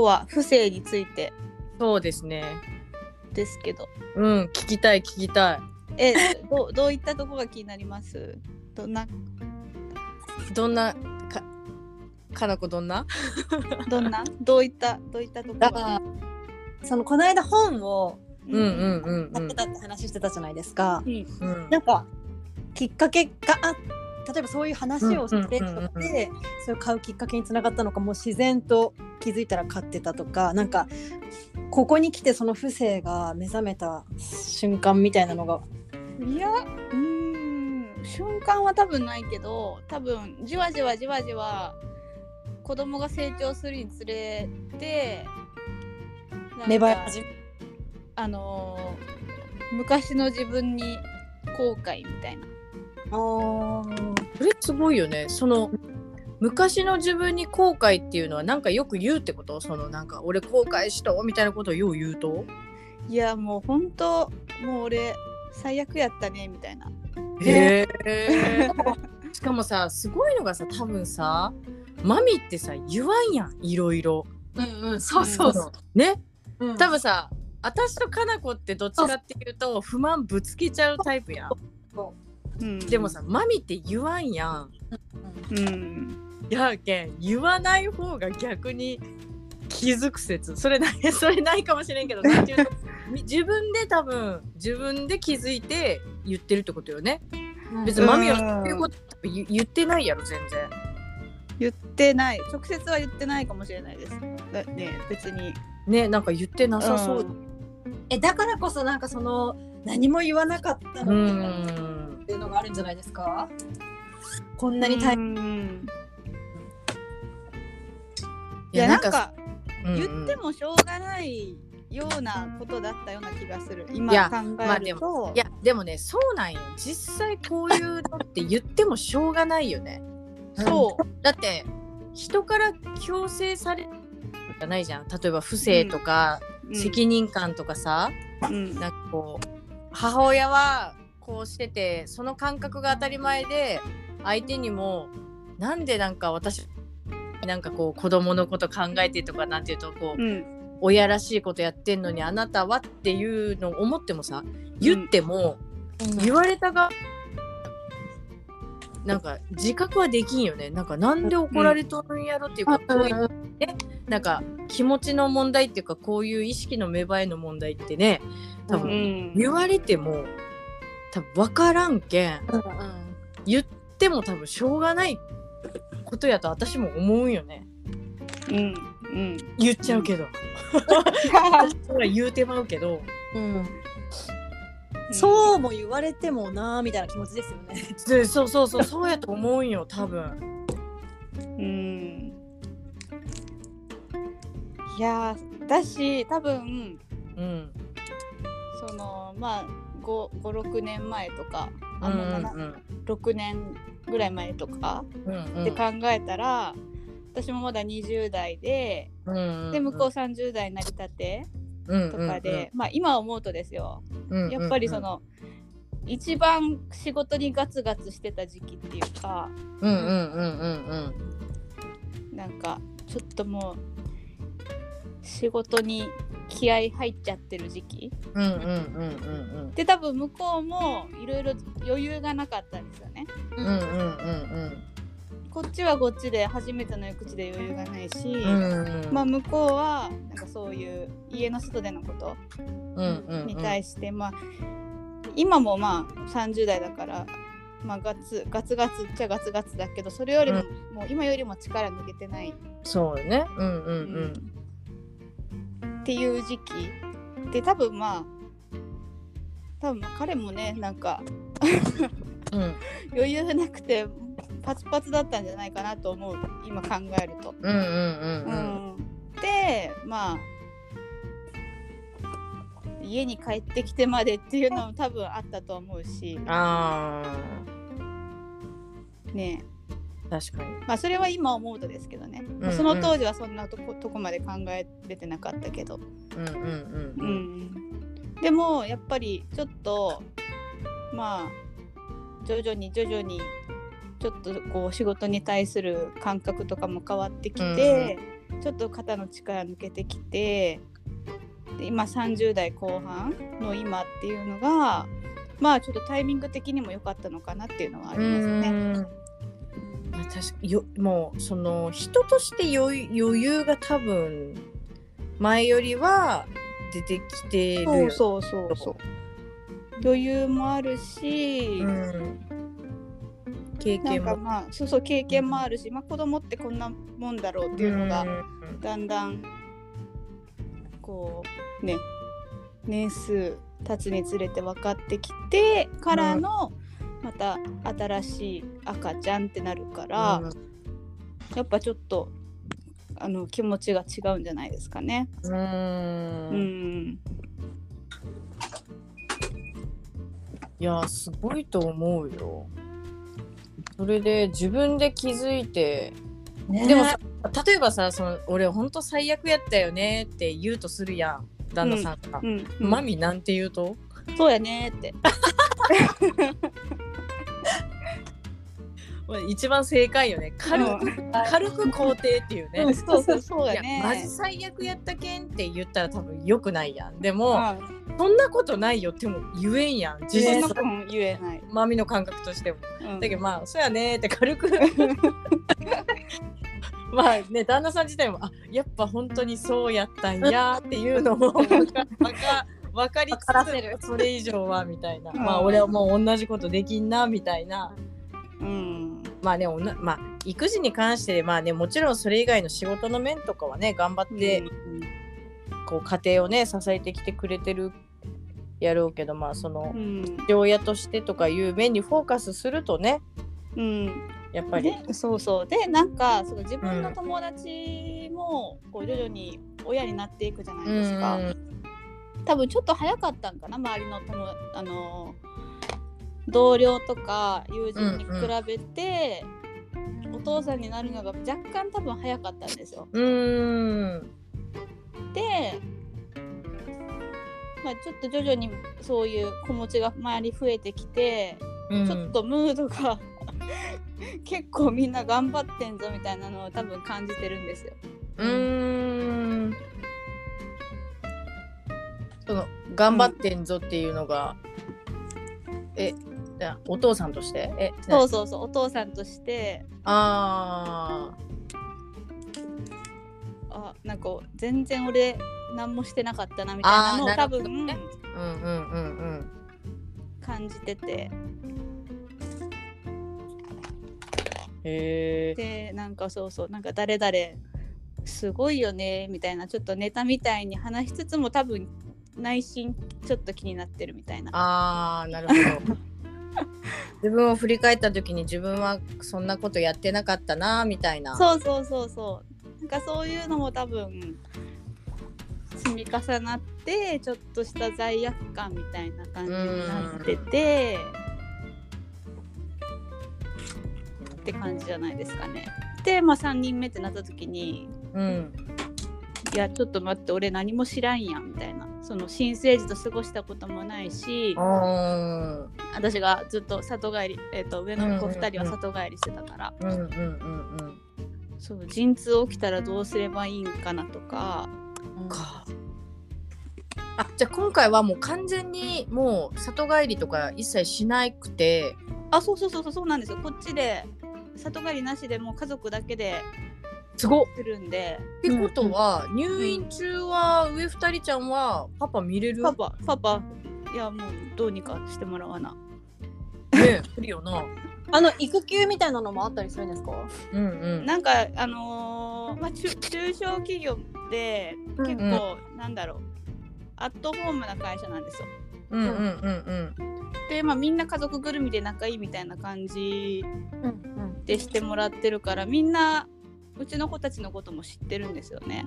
日は不正についてそうですね。 ですけど、 聞きたい。 どういったとこが気になります？どんなかなこどういったとこが、 そのこの間本をやってたって話してたじゃないですか、 なんかきっかけが例えばそういう話をしてとかで、それを買うきっかけにつながったのか、もう自然と気づいたら買ってたとか、なんかここに来てその不正が目覚めた瞬間みたいなのが。 いや、瞬間は多分ないけど、多分じわじわ子供が成長するにつれて芽生え始め、 昔の自分に後悔みたいな。 それすごいよね。その昔の自分に後悔っていうのはなんかよく言うってこと？そのなんか俺後悔したみたいなことをよう言うと？ いやもう本当もう俺最悪やったねみたいな。 しかもさ、すごいのがさ、多分さマミってさ言わんやん、いろいろ。 そうね、多分さ、私とかなこってどっちかっていうと不満ぶつけちゃうタイプやん。でもさ、マミって言わんやん。やけん言わない方が逆に気づく説、それないかもしれんけど、なんていうの自分で気づいて言ってるってことよね。別にマミはそういうこと言ってないやろ、全然。 言ってない、直接は言ってないかもしれないですね、別にね、なんか言ってなさそう。 だからこそなんかその何も言わなかったのっていうのがあるんじゃないですか。こんなに大変。 いやなんか言ってもしょうがないようなことだったような気がする、今考えると。 いやでもね、そうなんよ。実際こういうのって言ってもしょうがないよね。そうだって人から強制されるじゃないじゃん。例えば不正とか、責任感とかさ、なんかこう母親はこうしてて、その感覚が当たり前で、相手にもなんでなんか私なんかこう子供のこと考えてとか、なんていうとこう、親らしいことやってんのにあなたはっていうのを思ってもさ、言っても、言われたがなんか自覚はできんよね。なんかなんで怒られとるんやろっていうか、こういうね、なんか気持ちの問題っていうか、こういう意識の芽生えの問題ってね、多分言われても多分分からんけん、言っても多分しょうがないことやと私も思うんよね。言っちゃうけど、私は言うてまうけど、 そうも言われてもなみたいな気持ちですよね。 そうやと思うんよ、多分。 いやだし多分、そのまあ5-6年前とか6年ぐらい前とかで考えたら、私もまだ20代で、で向こう30代になりたてとかで、まあ今思うとですよ、やっぱりその一番仕事にガツガツしてた時期っていうか、なんかちょっともう仕事に気合入っちゃってる時期で、多分向こうもいろいろ余裕がなかったんですよね。こっちはこっちで初めての口で余裕がないし、まあ向こうはなんかそういう家の外でのことに対して、まあ今もまあ30代だから、まあガツガツっちゃガツガツだけど、それよりも、もう今よりも力抜けてない。 そうね。 っていう時期で、多分彼もね、なんか余裕なくてパツパツだったんじゃないかなと思う、今考えると。でまあ家に帰ってきてまでっていうのも多分あったと思うし、ねえ、確かに。まあそれは今思うとですけどね、その当時はそんなとこまで考えれてなかったけど、でもやっぱりちょっとまあ徐々にちょっとこう仕事に対する感覚とかも変わってきて、 ちょっと肩の力抜けてきて、で今30代後半の今っていうのがまあちょっとタイミング的にも良かったのかなっていうのはありますね。 まあ、確かもうその人として余裕が多分前よりは出てきてるよ。 そう余裕もあるし、経験もまあそう経験もあるし、まあ、子供ってこんなもんだろうっていうのがだんだんこうね年数経つにつれて分かってきてからのまた新しい赤ちゃんってなるから、やっぱちょっと気持ちが違うんじゃないですかね。 いやすごいと思うよ。それで自分で気づいて、でもさ例えばさ俺ほんと最悪やったよねって言うとするやん旦那さんが、マミなんて言うとそうやねって一番正解よね。軽く肯定っていうね。 そうやね。 マジ最悪やったけんって言ったら多分良くないやん。でも、そんなことないよっても言えんやん。 実際言えない。 マミの感覚としても。だけどまあそうやねって軽くまあね旦那さん自体もやっぱ本当にそうやったんやっていうのも分かりつつそれ以上はみたいな。まあ俺はもう同じことできんなみたいな。まあねまあ育児に関してまあねもちろんそれ以外の仕事の面とかはね頑張って、こう家庭をね支えてきてくれてるやろうけど、まあその父親としてとかいう面にフォーカスするとね、やっぱりそうでなんかその自分の友達もこう徐々に親になっていくじゃないですか。多分ちょっと早かったんかな周りの同僚とか友人に比べて、お父さんになるのが若干多分早かったんですよ。で、まあ、ちょっと徐々にそういう子持ちが周り増えてきて、ちょっとムードが結構みんな頑張ってんぞみたいなのを多分感じてるんですよ。 その頑張ってんぞっていうのが、お父さんとしてそうお父さんとしてなんか全然俺何もしてなかったなみたいなのを多分感じてて、でなんかなんか誰々すごいよねみたいなちょっとネタみたいに話しつつも多分内心ちょっと気になってるみたいな。 なるほど自分を振り返った時に自分はそんなことやってなかったなみたいな。 そうなんかそういうのも多分積み重なってちょっとした罪悪感みたいな感じになっててって感じじゃないですかね。でまあ3人目ってなった時に、いやちょっと待って俺何も知らんやんみたいな。その新生児と過ごしたこともないし、私がずっと里帰り、上の子2人は里帰りしてたから、そう陣痛起きたらどうすればいいんかなとか、 じゃあ今回はもう完全にもう里帰りとか一切しなくて、 そうなんですよ。こっちで里帰りなしでもう家族だけでするんで。 ってことは、入院中は上2人ちゃんはパパ見れる？ パパいやもうどうにかしてもらわな。 ねするよな。 育休みたいなのもあったりするんですか？ なんかまあ、中小企業で結構、なんだろうアットホームな会社なんですよ。でまあみんな家族ぐるみで仲いいみたいな感じでしてもらってるから、みんなうちの子たちのことも知ってるんですよね。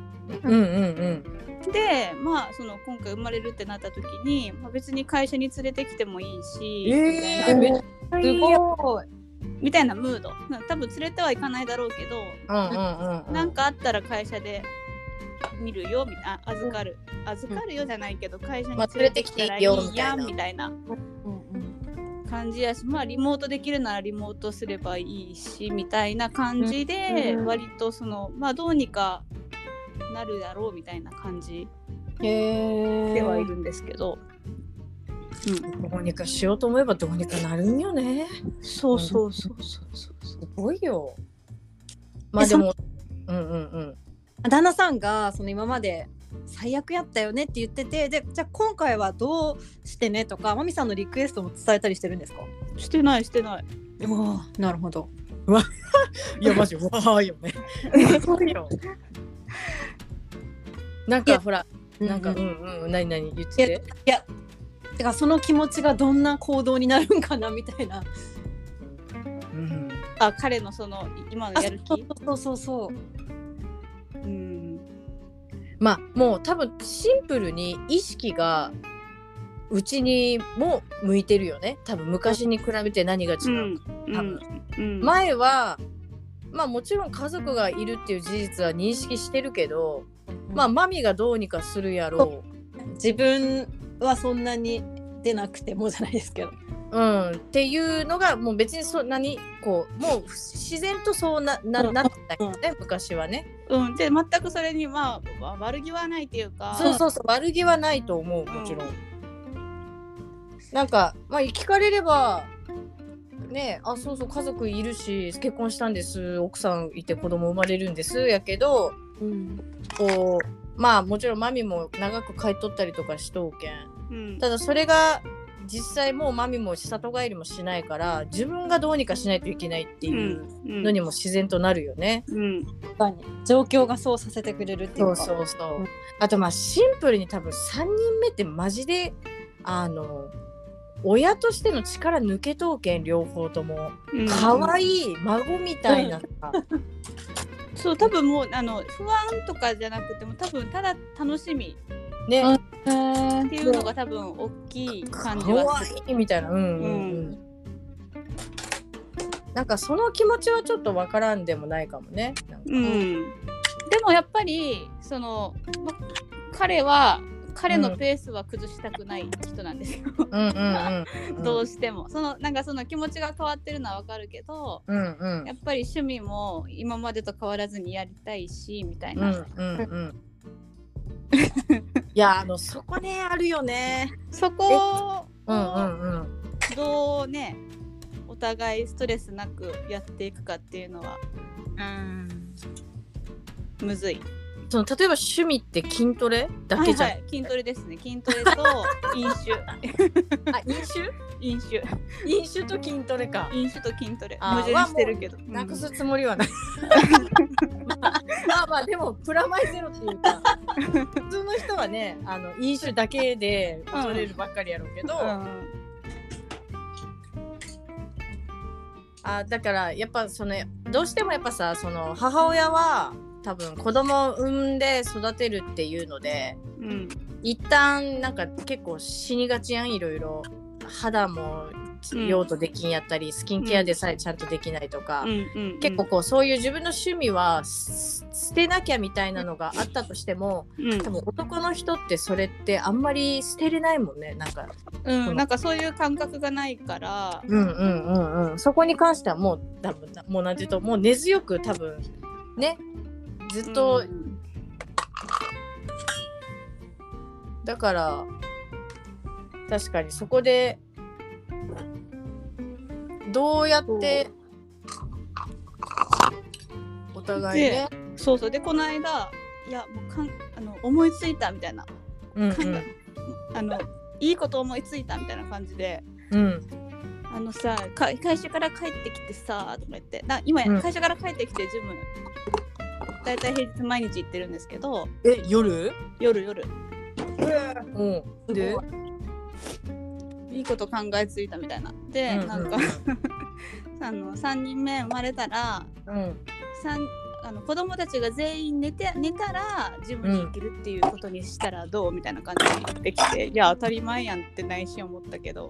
でまあ今回生まれるってなった時に、まあ、別に会社に連れてきてもいいし、みたいなムード。多分連れてはいかないだろうけど、なんかあったら会社で見るよみたいな、預かるよじゃないけど会社に連れてきたらいいやんみたいな感じやし、まあリモートできるならリモートすればいいしみたいな感じで、割とまあどうにかなるだろうみたいな感じへではいるんですけど、 どうにかしようと思えばどうにかなるんよね。 そうそうそうそうすごいよ。まあでも旦那さんがその今まで最悪やったよねって言ってて、でじゃあ今回はどうしてねとかマミさんのリクエストも伝えたりしてるんですか？ してないしてない。 なるほど。 いやマジわーよね。すごいよ。なんかほらなんか何言ってて。 いやてかその気持ちがどんな行動になるんかなみたいな。 あ、彼のその今のやる気。 そう。 まあもう多分シンプルに意識がうちにも向いてるよね。多分昔に比べて何が違うか、多分、前はまあもちろん家族がいるっていう事実は認識してるけど、まあマミがどうにかするやろう。自分はそんなに出なくてもじゃないですけど。 っていうのがもう別にそんなにこうもう自然とそうなってたよね、昔はね。 で全くそれにまあ悪気はないっていうか。 そう悪気はないと思う、もちろん。なんかまあ聞かれればね、あそう家族いるし結婚したんです、奥さんいて子供生まれるんですやけど、こうまあもちろんマミも長く帰っとったりとかしとうけん、ただそれが実際もうマミも里帰りもしないから自分がどうにかしないといけないっていうのにも自然となるよね。 状況がそうさせてくれるっていうか。 そう。あとまあシンプルに多分3人目ってマジで親としての力抜けとうけん、両方とも可愛い孫みたいなそう多分もう不安とかじゃなくても多分ただ楽しみねっていうのが多分大きい感じはする。 可愛いみたいな。なんかその気持ちはちょっとわからんでもないかもね。 でもやっぱりその、彼のペースは崩したくない人なんですよ。どうしてもなんかその気持ちが変わってるのはわかるけど、やっぱり趣味も今までと変わらずにやりたいしみたいな。 いやそこねあるよね。 そこをどうねお互いストレスなくやっていくかっていうのはむずい。 その例えば趣味って筋トレだけじゃん、 筋トレですね。筋トレと飲酒飲酒と筋トレか。 飲酒と筋トレ矛盾してるけどなくすつもりはないまあでもプラマイゼロっていうか普通の人はね飲酒だけで取れるばっかりやろうけど、だからやっぱどうしてもやっぱさその母親は多分子供を産んで育てるっていうので、一旦なんか結構死にがちやん、いろいろ肌も用途できんやったり、スキンケアでさえちゃんとできないとか、結構こうそういう自分の趣味は捨てなきゃみたいなのがあったとしても、多分男の人ってそれってあんまり捨てれないもんね。なんかそういう感覚がないから、 そこに関してはもう多分もうなんていうともう根強く多分ねずっと、だから確かにそこでどうやってお互いね、 そうでこの間いやもう思いついたみたいな、いいこと思いついたみたいな感じで、さ会社から帰ってきてさとか言って今、会社から帰ってきてジムだいたい平日毎日行ってるんですけど、 夜でいいこと考えついたみたいなで、なんか3人目生まれたら、子供たちが全員寝たらジムに行けるっていうことにしたらどうみたいな感じで言ってきて、いや当たり前やんって内心思ったけど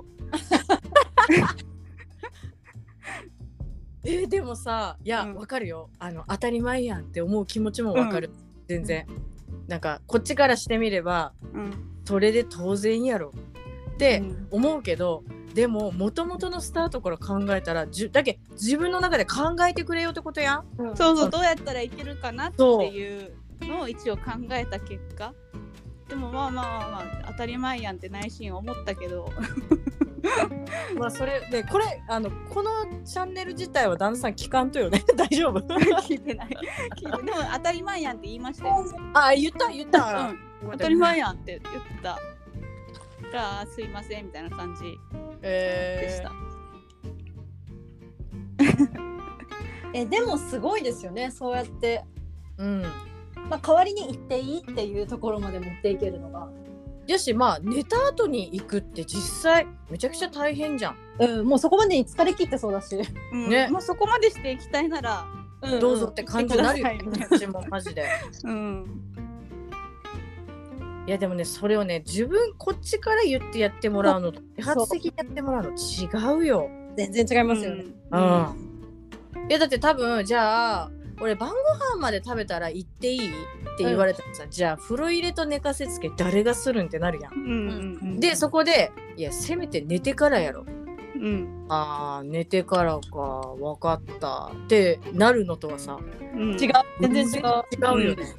でもさいや、わかるよ。当たり前やんって思う気持ちもわかる、全然。なんかこっちからしてみれば、それで当然やろって思うけど、でも元々のスタートから考えたらだけ自分の中で考えてくれよってことやん。 そうどうやったらいけるかなっていうのを一応考えた結果、でもまあ当たり前やんって内心思ったけどまあそれでこれこのチャンネル自体は旦那さん聞かんとよね大丈夫聞いてないでも当たり前やんって言いましたよ。 あ、言った、 当たり前やんって言ったらすいませんみたいな感じでした。 でもすごいですよね、そうやって、 まあ、 代わりに行っていいっていうところまで持っていけるのが。 よし、まあ寝た後に行くって実際めちゃくちゃ大変じゃん。 もうそこまでに疲れ切ってそうだし、 ね、 まあ、そこまでしていきたいなら、 どうぞって感じになるよね、私もマジで。いやでもね、それをね、自分こっちから言ってやってもらうのと自発的にやってもらうの違うよ。 全然違いますよね。 いやだって多分じゃあ俺晩ご飯まで食べたら行っていいって言われたらさ、じゃあ風呂入れと寝かせつけ誰がするんってなるやん。でそこでいやせめて寝てからやろ。ああ寝てからか分かったってなるのとはさ、 違う、全然違うよね。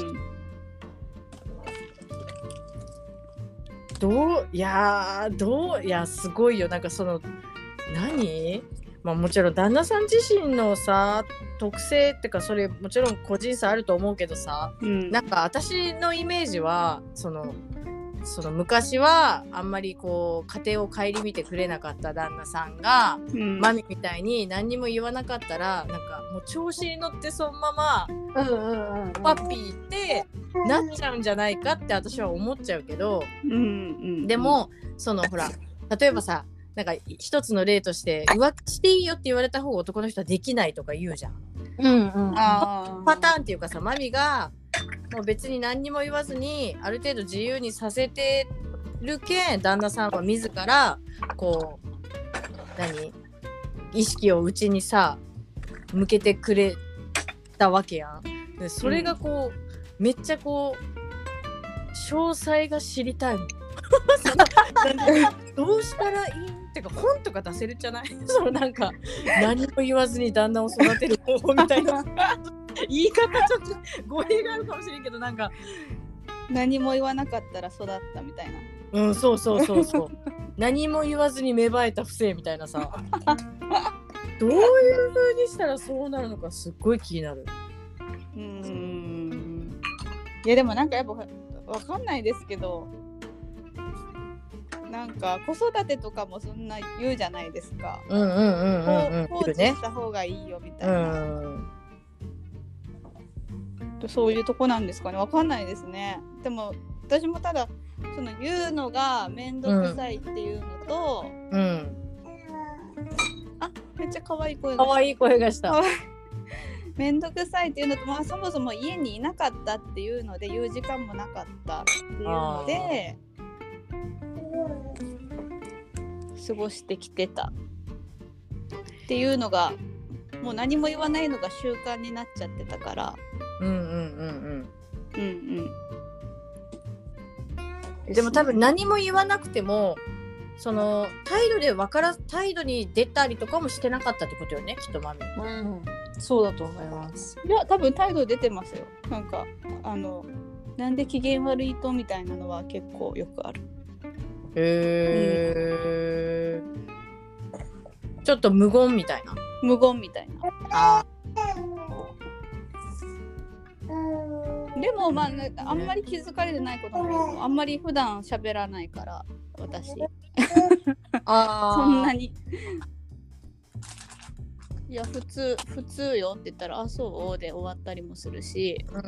いやすごいよ。なんかそのまあもちろん旦那さん自身のさ特性ってかそれもちろん個人差あると思うけどさ、なんか私のイメージはその昔はあんまりこう家庭を顧みてくれなかった旦那さんが、マミみたいに何にも言わなかったらなんかもう調子に乗ってそのままパピーってなっちゃうんじゃないかって私は思っちゃうけど、でもそのほら例えばさなんか一つの例として浮気していいよって言われた方が男の人はできないとか言うじゃん。パターンっていうかさ、マミがもう別に何にも言わずにある程度自由にさせてるけん旦那さんは自らこう意識をうちにさ向けてくれたわけやん。でそれがこう、めっちゃこう詳細が知りたいもんどうしたらいいってか本とか出せるじゃないそのなんか何も言わずに旦那を育てる方法みたいな言い方ちょっと語弊があるかもしれんけどなんか何も言わなかったら育ったみたいな。 そう何も言わずに芽生えた不正みたいなさどういう風にしたらそうなるのかすっごい気になる。 いやでもなんかやっぱわかんないですけど、なんか子育てとかもそんな言うじゃないですか。放置した方がいいよみたいな。そういうとこなんですかね。わかんないですね。でも私もただその言うのが面倒くさいっていうのと、あ、めっちゃ可愛い声がした。 面倒くさいっていうのと、まあそもそも家にいなかったっていうので言う時間もなかったっていうので過ごしてきてたっていうのがもう何も言わないのが習慣になっちゃってたから。 でも多分何も言わなくてもその態度に出たりとかもしてなかったってことよね、きっとマミ。 そうだと思います。 いや多分態度出てますよ。なんかなんで機嫌悪いとみたいなのは結構よくある。 ちょっと無言みたいな。 でもまあ、ね、あんまり気づかれてないこともある。あんまり普段喋らないから私そんなにいや普通よって言ったらあそうで終わったりもするし。な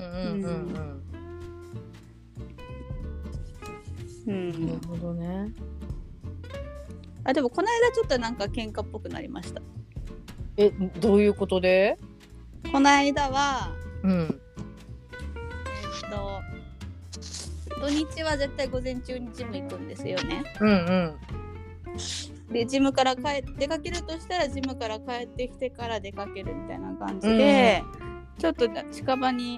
るほどね。 でもこの間ちょっとなんか喧嘩っぽくなりました。 どういうことで？ この間は土日は絶対午前中にジム行くんですよね。でジムから出かけるとしたらジムから帰ってきてから出かけるみたいな感じで、ちょっと近場に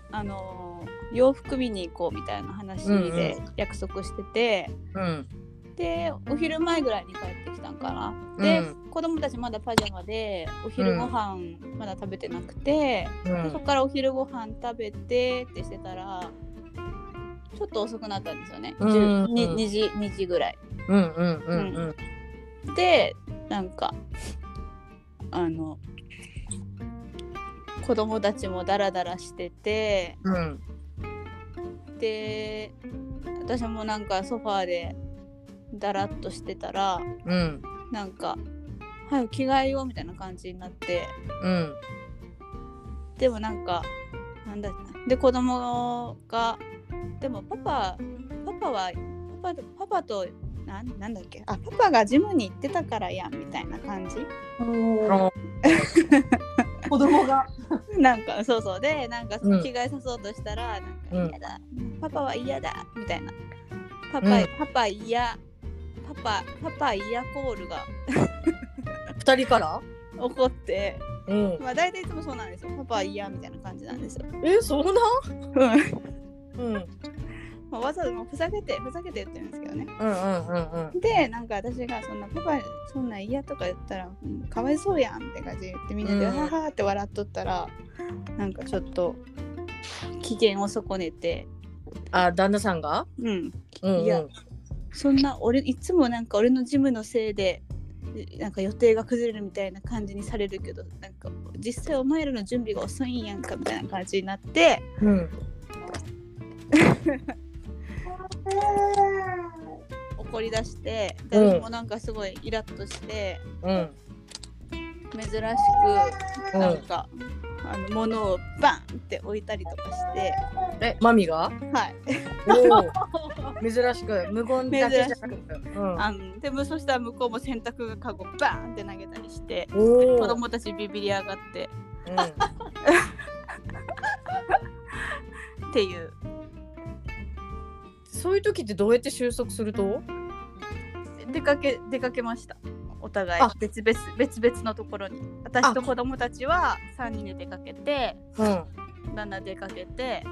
洋服見に行こうみたいな話で約束してて、 でお昼前ぐらいに帰ってきたんかな。で、子供たちまだパジャマでお昼ご飯まだ食べてなくて、でそこからお昼ご飯食べてってしてたらちょっと遅くなったんですよね。2時ぐらい。でなんか子供たちもダラダラしてて、で私もなんかソファーでダラッとしてたら、なんか早く着替えようみたいな感じになって、でもなんかなんだで子供がでもパパとなんだっけパパがジムに行ってたからやんみたいな感じ。 子供がなんかそうでなんかその着替えさそうとしたら、なんか嫌だ、パパは嫌だみたいなパパ嫌コールが 2人から起こって、まあ大体いつもそうなんですよ。パパは嫌みたいな感じなんですよ。 そうなんまあ、わざわざふざけて言ってるんですけどね。でなんか私がそんなパパそんな嫌とか言ったらかわいそうやんって感じで言ってみんなでははって笑っとったら、なんかちょっと機嫌を損ねて、 旦那さんがいやそんないつもなんか俺のジムのせいでなんか予定が崩れるみたいな感じにされるけど、なんか実際お前らの準備が遅いんやんかみたいな感じになって、怒り出して、私もなんかすごいイラッとして、珍しくなんか、物をバンって置いたりとかして。 マミが？ はい。 珍しく無言だけじゃなく、 でもそしたら向こうも洗濯かごバンって投げたりして、子供たちビビり上がって、っていう。 そういう時ってどうやって収束すると？ 出かけました。お互い別々のところに。私と子供たちは3人で出かけて、旦那出かけて、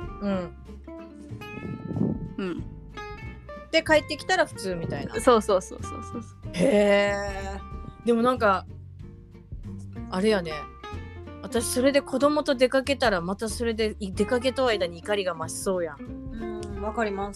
で帰ってきたら普通みたいな。 そう。 へえ。でもなんかあれやね。私それで子供と出かけたらまたそれで出かけと間に怒りが増しそうやん。 わかります。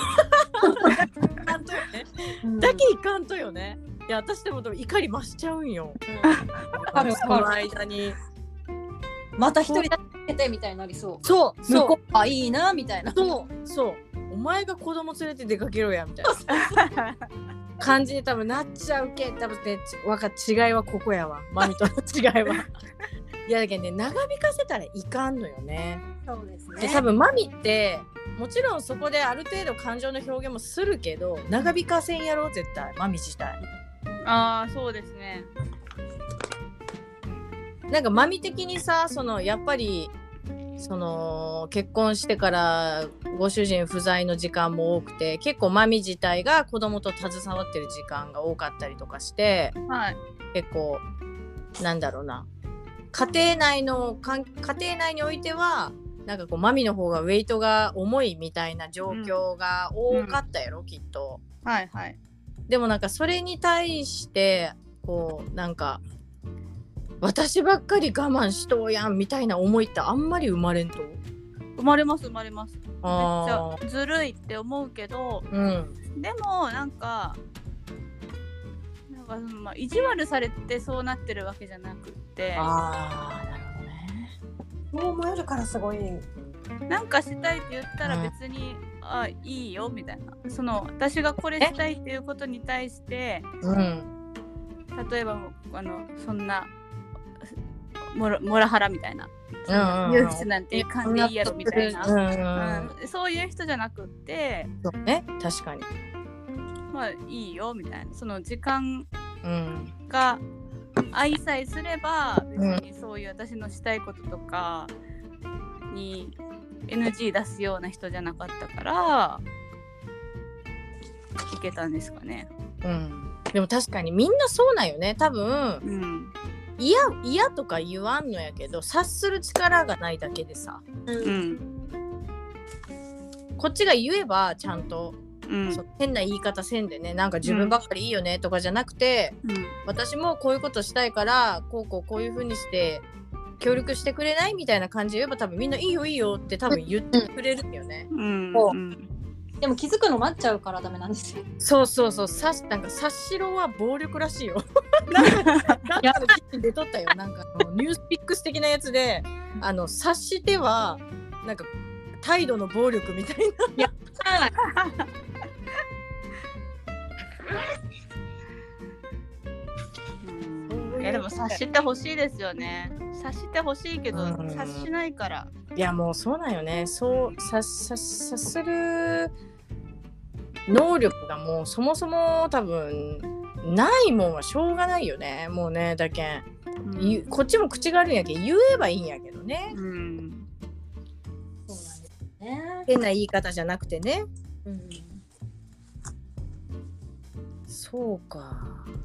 だけいかんとよね。いや私でも怒り増しちゃうんよ。その間にまた一人だけてみたいになりそう。 そう向こういいなみたいな。 そうお前が子供連れて出かけろやみたいな感じで多分なっちゃうけ。多分ね違いはここやわ。マミとの違いは。いやだけどね長引かせたらいかんのよね。 そうですね。 で多分マミってもちろんそこである程度感情の表現もするけど長引かせんやろ絶対マミ自体。 そうですね。 なんかマミ的にさやっぱり結婚してからご主人不在の時間も多くて結構マミ自体が子供と携わってる時間が多かったりとかして、結構なんだろうな家庭内においてはなんかこうマミの方がウェイトが重いみたいな状況が多かったやろ、きっと。でもなんかそれに対してこうなんか私ばっかり我慢しとうやんみたいな思いってあんまり生まれんと？ 生まれます。めっちゃずるいって思うけど、でもなんかまあ、意地悪されてそうなってるわけじゃなくて。 なるほどね。 そう思えるからすごい。 なんかしたいって言ったら別に、いいよみたいな。私がこれしたいっていうことに対して、例えばそんなモラハラみたいな、言う人なんて勘でいいやろみたいな、そういう人じゃなくって、 そうね、確かに。 まあいいよみたいな、その時間が愛さえすれば別にそういう私のしたいこととかに NG 出すような人じゃなかったからいけたんですかね。 でも確かにみんなそうなんよね多分。嫌とか言わんのやけど察する力がないだけでさ、こっちが言えばちゃんと変な言い方せんでね、なんか自分ばっかりいいよねとかじゃなくて、私もこういうことしたいからこういう風にして協力してくれないみたいな感じで言えば多分みんないいよいいよって多分言ってくれるんだよね。 でも気づくの待っちゃうからダメなんですよ。 そうなんか察しろは暴力らしいよ。なんかの記事に出とったよ。なんかニュースピックス的なやつで察してはなんか態度の暴力みたいな。やいやでも察してほしいですよね。察してほしいけど察しないから。 いやもうそうなんよね。そう察する能力がもうそもそも多分ないもんはしょうがないよね。もうねだけん、こっちも口があるんやけん言えばいいんやけどね。 そうなんですね。 変な言い方じゃなくてね。そうか。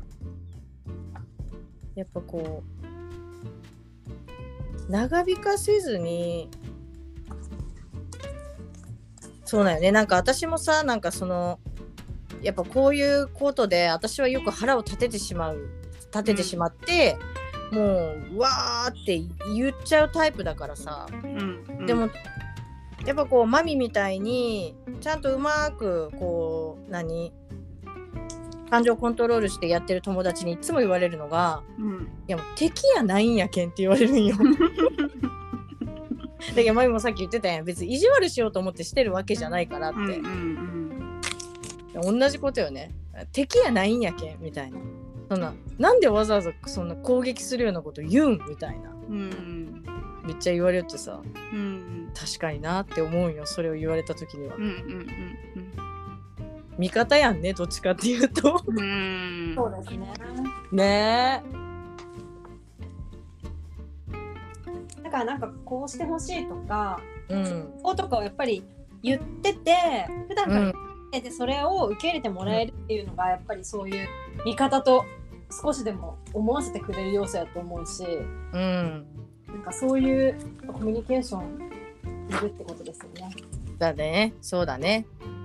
やっぱこう長引かせずに、そうだよね。なんか私もさ、なんかやっぱこういうことで私はよく腹を立ててしまって、もうわーって言っちゃうタイプだからさ、でもやっぱこうマミみたいにちゃんとうまくこう感情コントロールしてやってる友達にいつも言われるのが、いやもう敵やないんやけんって言われるんよ。だけどマミもさっき言ってたやん、別に意地悪しようと思ってしてるわけじゃないからって、同じことよね。敵やないんやけんみたいな、なんでわざわざそんな攻撃するようなこと言うんみたいな、めっちゃ言われるってさ、確かになって思うよ。それを言われた時には、味方やんね、どっちかっていうと。 そうですね。 ねえ。だからなんかこうしてほしいとか、こうとかをやっぱり言ってて、普段から言ってて、それを受け入れてもらえるっていうのがやっぱりそういう味方と少しでも思わせてくれる要素やと思うし、なんかそういうコミュニケーションいるってことですよね。 だね、そうだね。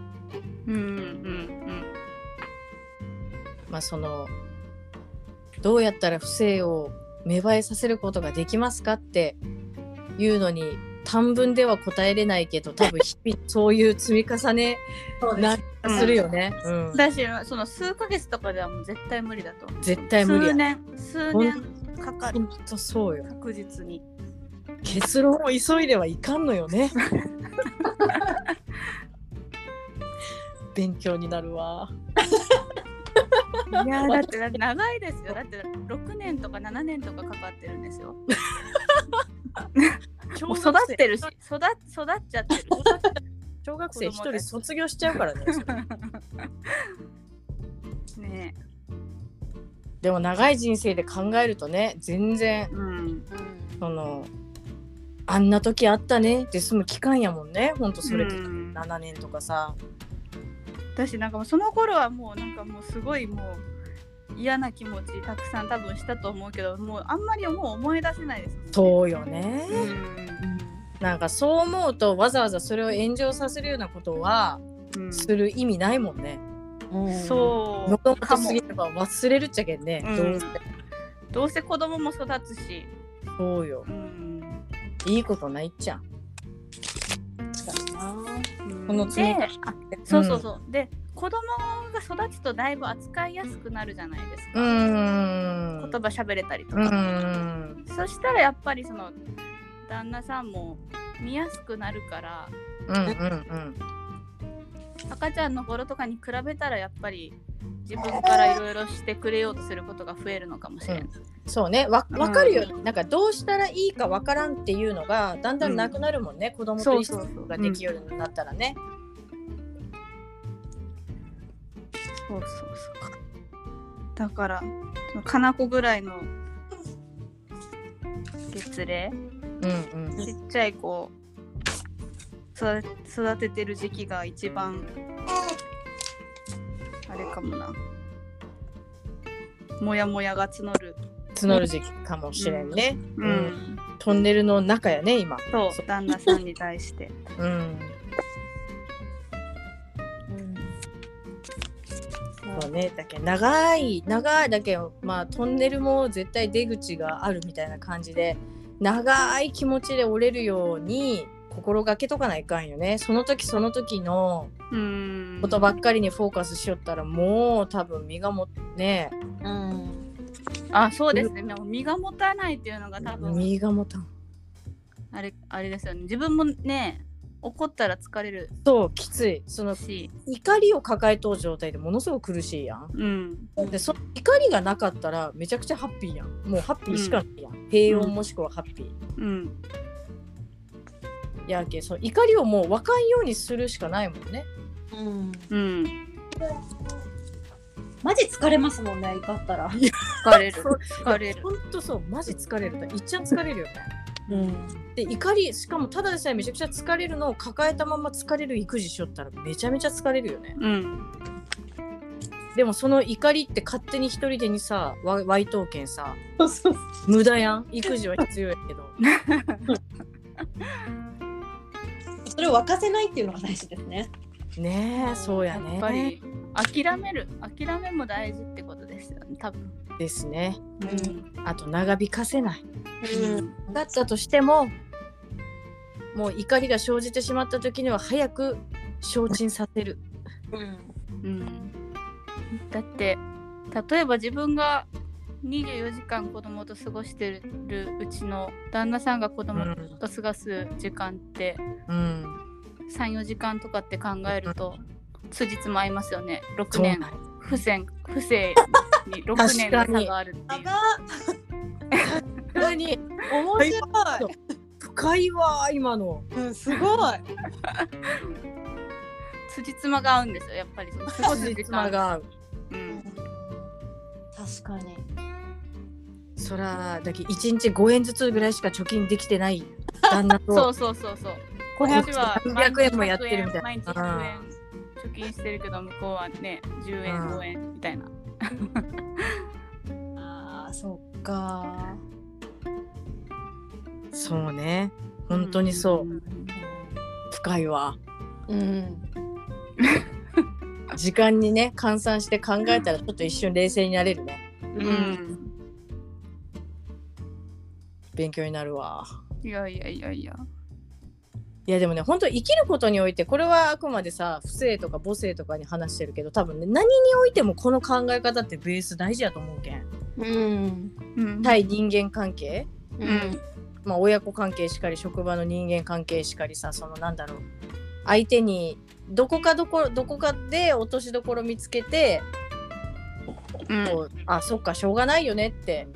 まあどうやったら不正を芽生えさせることができますかっていうのに短文では答えれないけど、多分日々そういう積み重ねなするよね。 だし数ヶ月とかではもう絶対無理だと。 絶対無理や。 数年かかる。 ほんとそうよ。 確実に。 結論を急いではいかんのよね。勉強になるわ。 いやだって長いですよ。だって6年とか7年とかかかってるんですよ。もう育ってるし、育っちゃってる。 小学生一人卒業しちゃうからね。 ね。 でも長い人生で考えるとね、全然、あんな時あったねって済む期間やもんね。ほんとそれって7年とかさ。 私なんかもうその頃はもうなんかもうすごいもう嫌な気持ちたくさん多分したと思うけど、もうあんまりもう思い出せないですもんね。 そうよね。なんかそう思うとわざわざそれを炎上させるようなことはする意味ないもんね。 そうのこと過ぎれば忘れるっちゃけんね。 どうせ子供も育つし。 そうよ。いいことないっちゃ。 確かにな。 こので、そうで子供が育つとだいぶ扱いやすくなるじゃないですか。言葉喋れたりとか。そしたらやっぱり旦那さんも見やすくなるから、赤ちゃんの頃とかに比べたらやっぱり自分からいろいろしてくれようとすることが増えるのかもしれない。 そうね、わかるよ、なんかどうしたらいいかわからんっていうのがだんだんなくなるもんね、子供と意識ができるようになったらね。 そうだからかなこぐらいの月齢、ちっちゃい子育ててる時期が一番あれかもな、モヤモヤが募る時期かもしれんね。トンネルの中やね今。 そう旦那さんに対して。 そうね、だけ長いだけまあトンネルも絶対出口があるみたいな感じで、長い気持ちで折れるように心がけとかないかんよね。その時その時のことばっかりにフォーカスしよったらもう多分身がもね、 あ、そうですね。身が持たないっていうのが多分身が持たん。 あれですよね。自分もね、怒ったら疲れる。 そうきつい。その怒りを抱えとう状態でものすごく苦しいやん。でその怒りがなかったらめちゃくちゃハッピーやん。もうハッピーしかないやん。平穏もしくはハッピー。やけその怒りをもう分かんようにするしかないもんね。 マジ疲れますもんね、怒ったら。 疲れる。 ほんとそう、マジ疲れる。いっちゃん疲れるよね。で怒り、しかもただでさえめちゃくちゃ疲れるのを抱えたまま疲れる育児しよったらめちゃめちゃ疲れるよね。でもその怒りって勝手に一人でにさ湧いとうけんさ、無駄やん。育児は必要やけどそれを沸かせないっていうのが大事ですね。 ねえ、そうやね。 やっぱり諦めも大事ってことですよね、多分。 ですね。あと長引かせない。だったとしても、もう怒りが生じてしまった時には早く消沈させる。 だって例えば自分が24時間子供と過ごしてるうちの旦那さんが子供と過ごす時間って3、4時間とかって考えると辻褄合いますよね。6年不正に6年の差があるっていう。 確かに面白い。深いわ今の。 すごい。 辻褄が合うんですよ、やっぱり。その過ごす時間が合う。 確かに。 そらだけ1日5円ずつぐらいしか貯金できてない旦那とそう 500円もやってるみたいな。 毎日100円貯金してるけど向こうはね10円5円みたいな。 あーそっか。 そうね、本当にそう、深いわ。時間にね換算して考えたらちょっと一瞬冷静になれるね。勉強になるわ。 いやでもね、本当生きることにおいてこれはあくまでさ不正とか母性とかに話してるけど、多分ね何においてもこの考え方ってベース大事やと思うけん。対人間関係、まあ親子関係しかり職場の人間関係しかりさ、そのなんだろう、相手にどこかで落としどころ見つけて、あ、そっかしょうがないよねって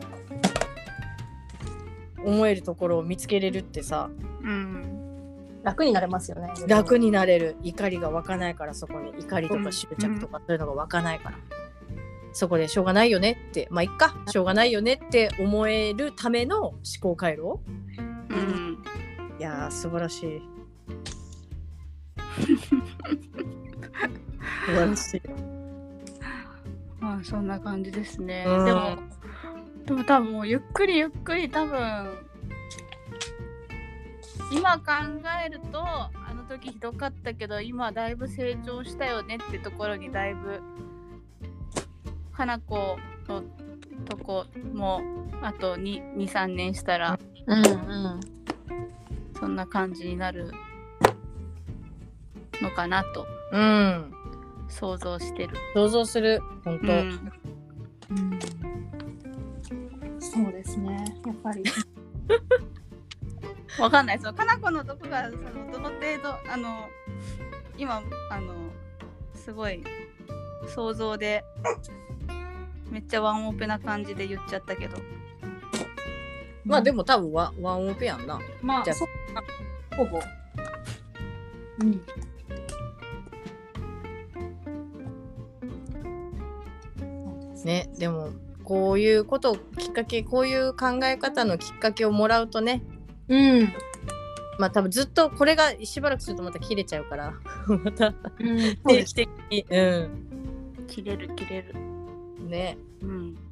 思えるところを見つけれるってさ、 楽になれますよね。 楽になれる。怒りが湧かないから、そこに怒りとか執着とかそういうのが湧かないから、そこでしょうがないよねって、まあいっかしょうがないよねって思えるための思考回路。いやー素晴らしい。素晴らしい。 まあそんな感じですね。でも多分もうゆっくり多分今考えるとあの時ひどかったけど今だいぶ成長したよねってところにだいぶ花子のとこもあと 2,3 年したら、そんな感じになるのかなと、想像する本当、 そうですね、やっぱりわかんない。そのかなこのとこがそのどの程度今すごい想像でめっちゃワンオペな感じで言っちゃったけど、 まあでも多分ワンオペやんな。 まあじゃあほぼ。 ね、でもこういうことをきっかけ、こういう考え方のきっかけをもらうとね、まあ多分ずっとこれがしばらくするとまた切れちゃうからまた定期的に切れるね。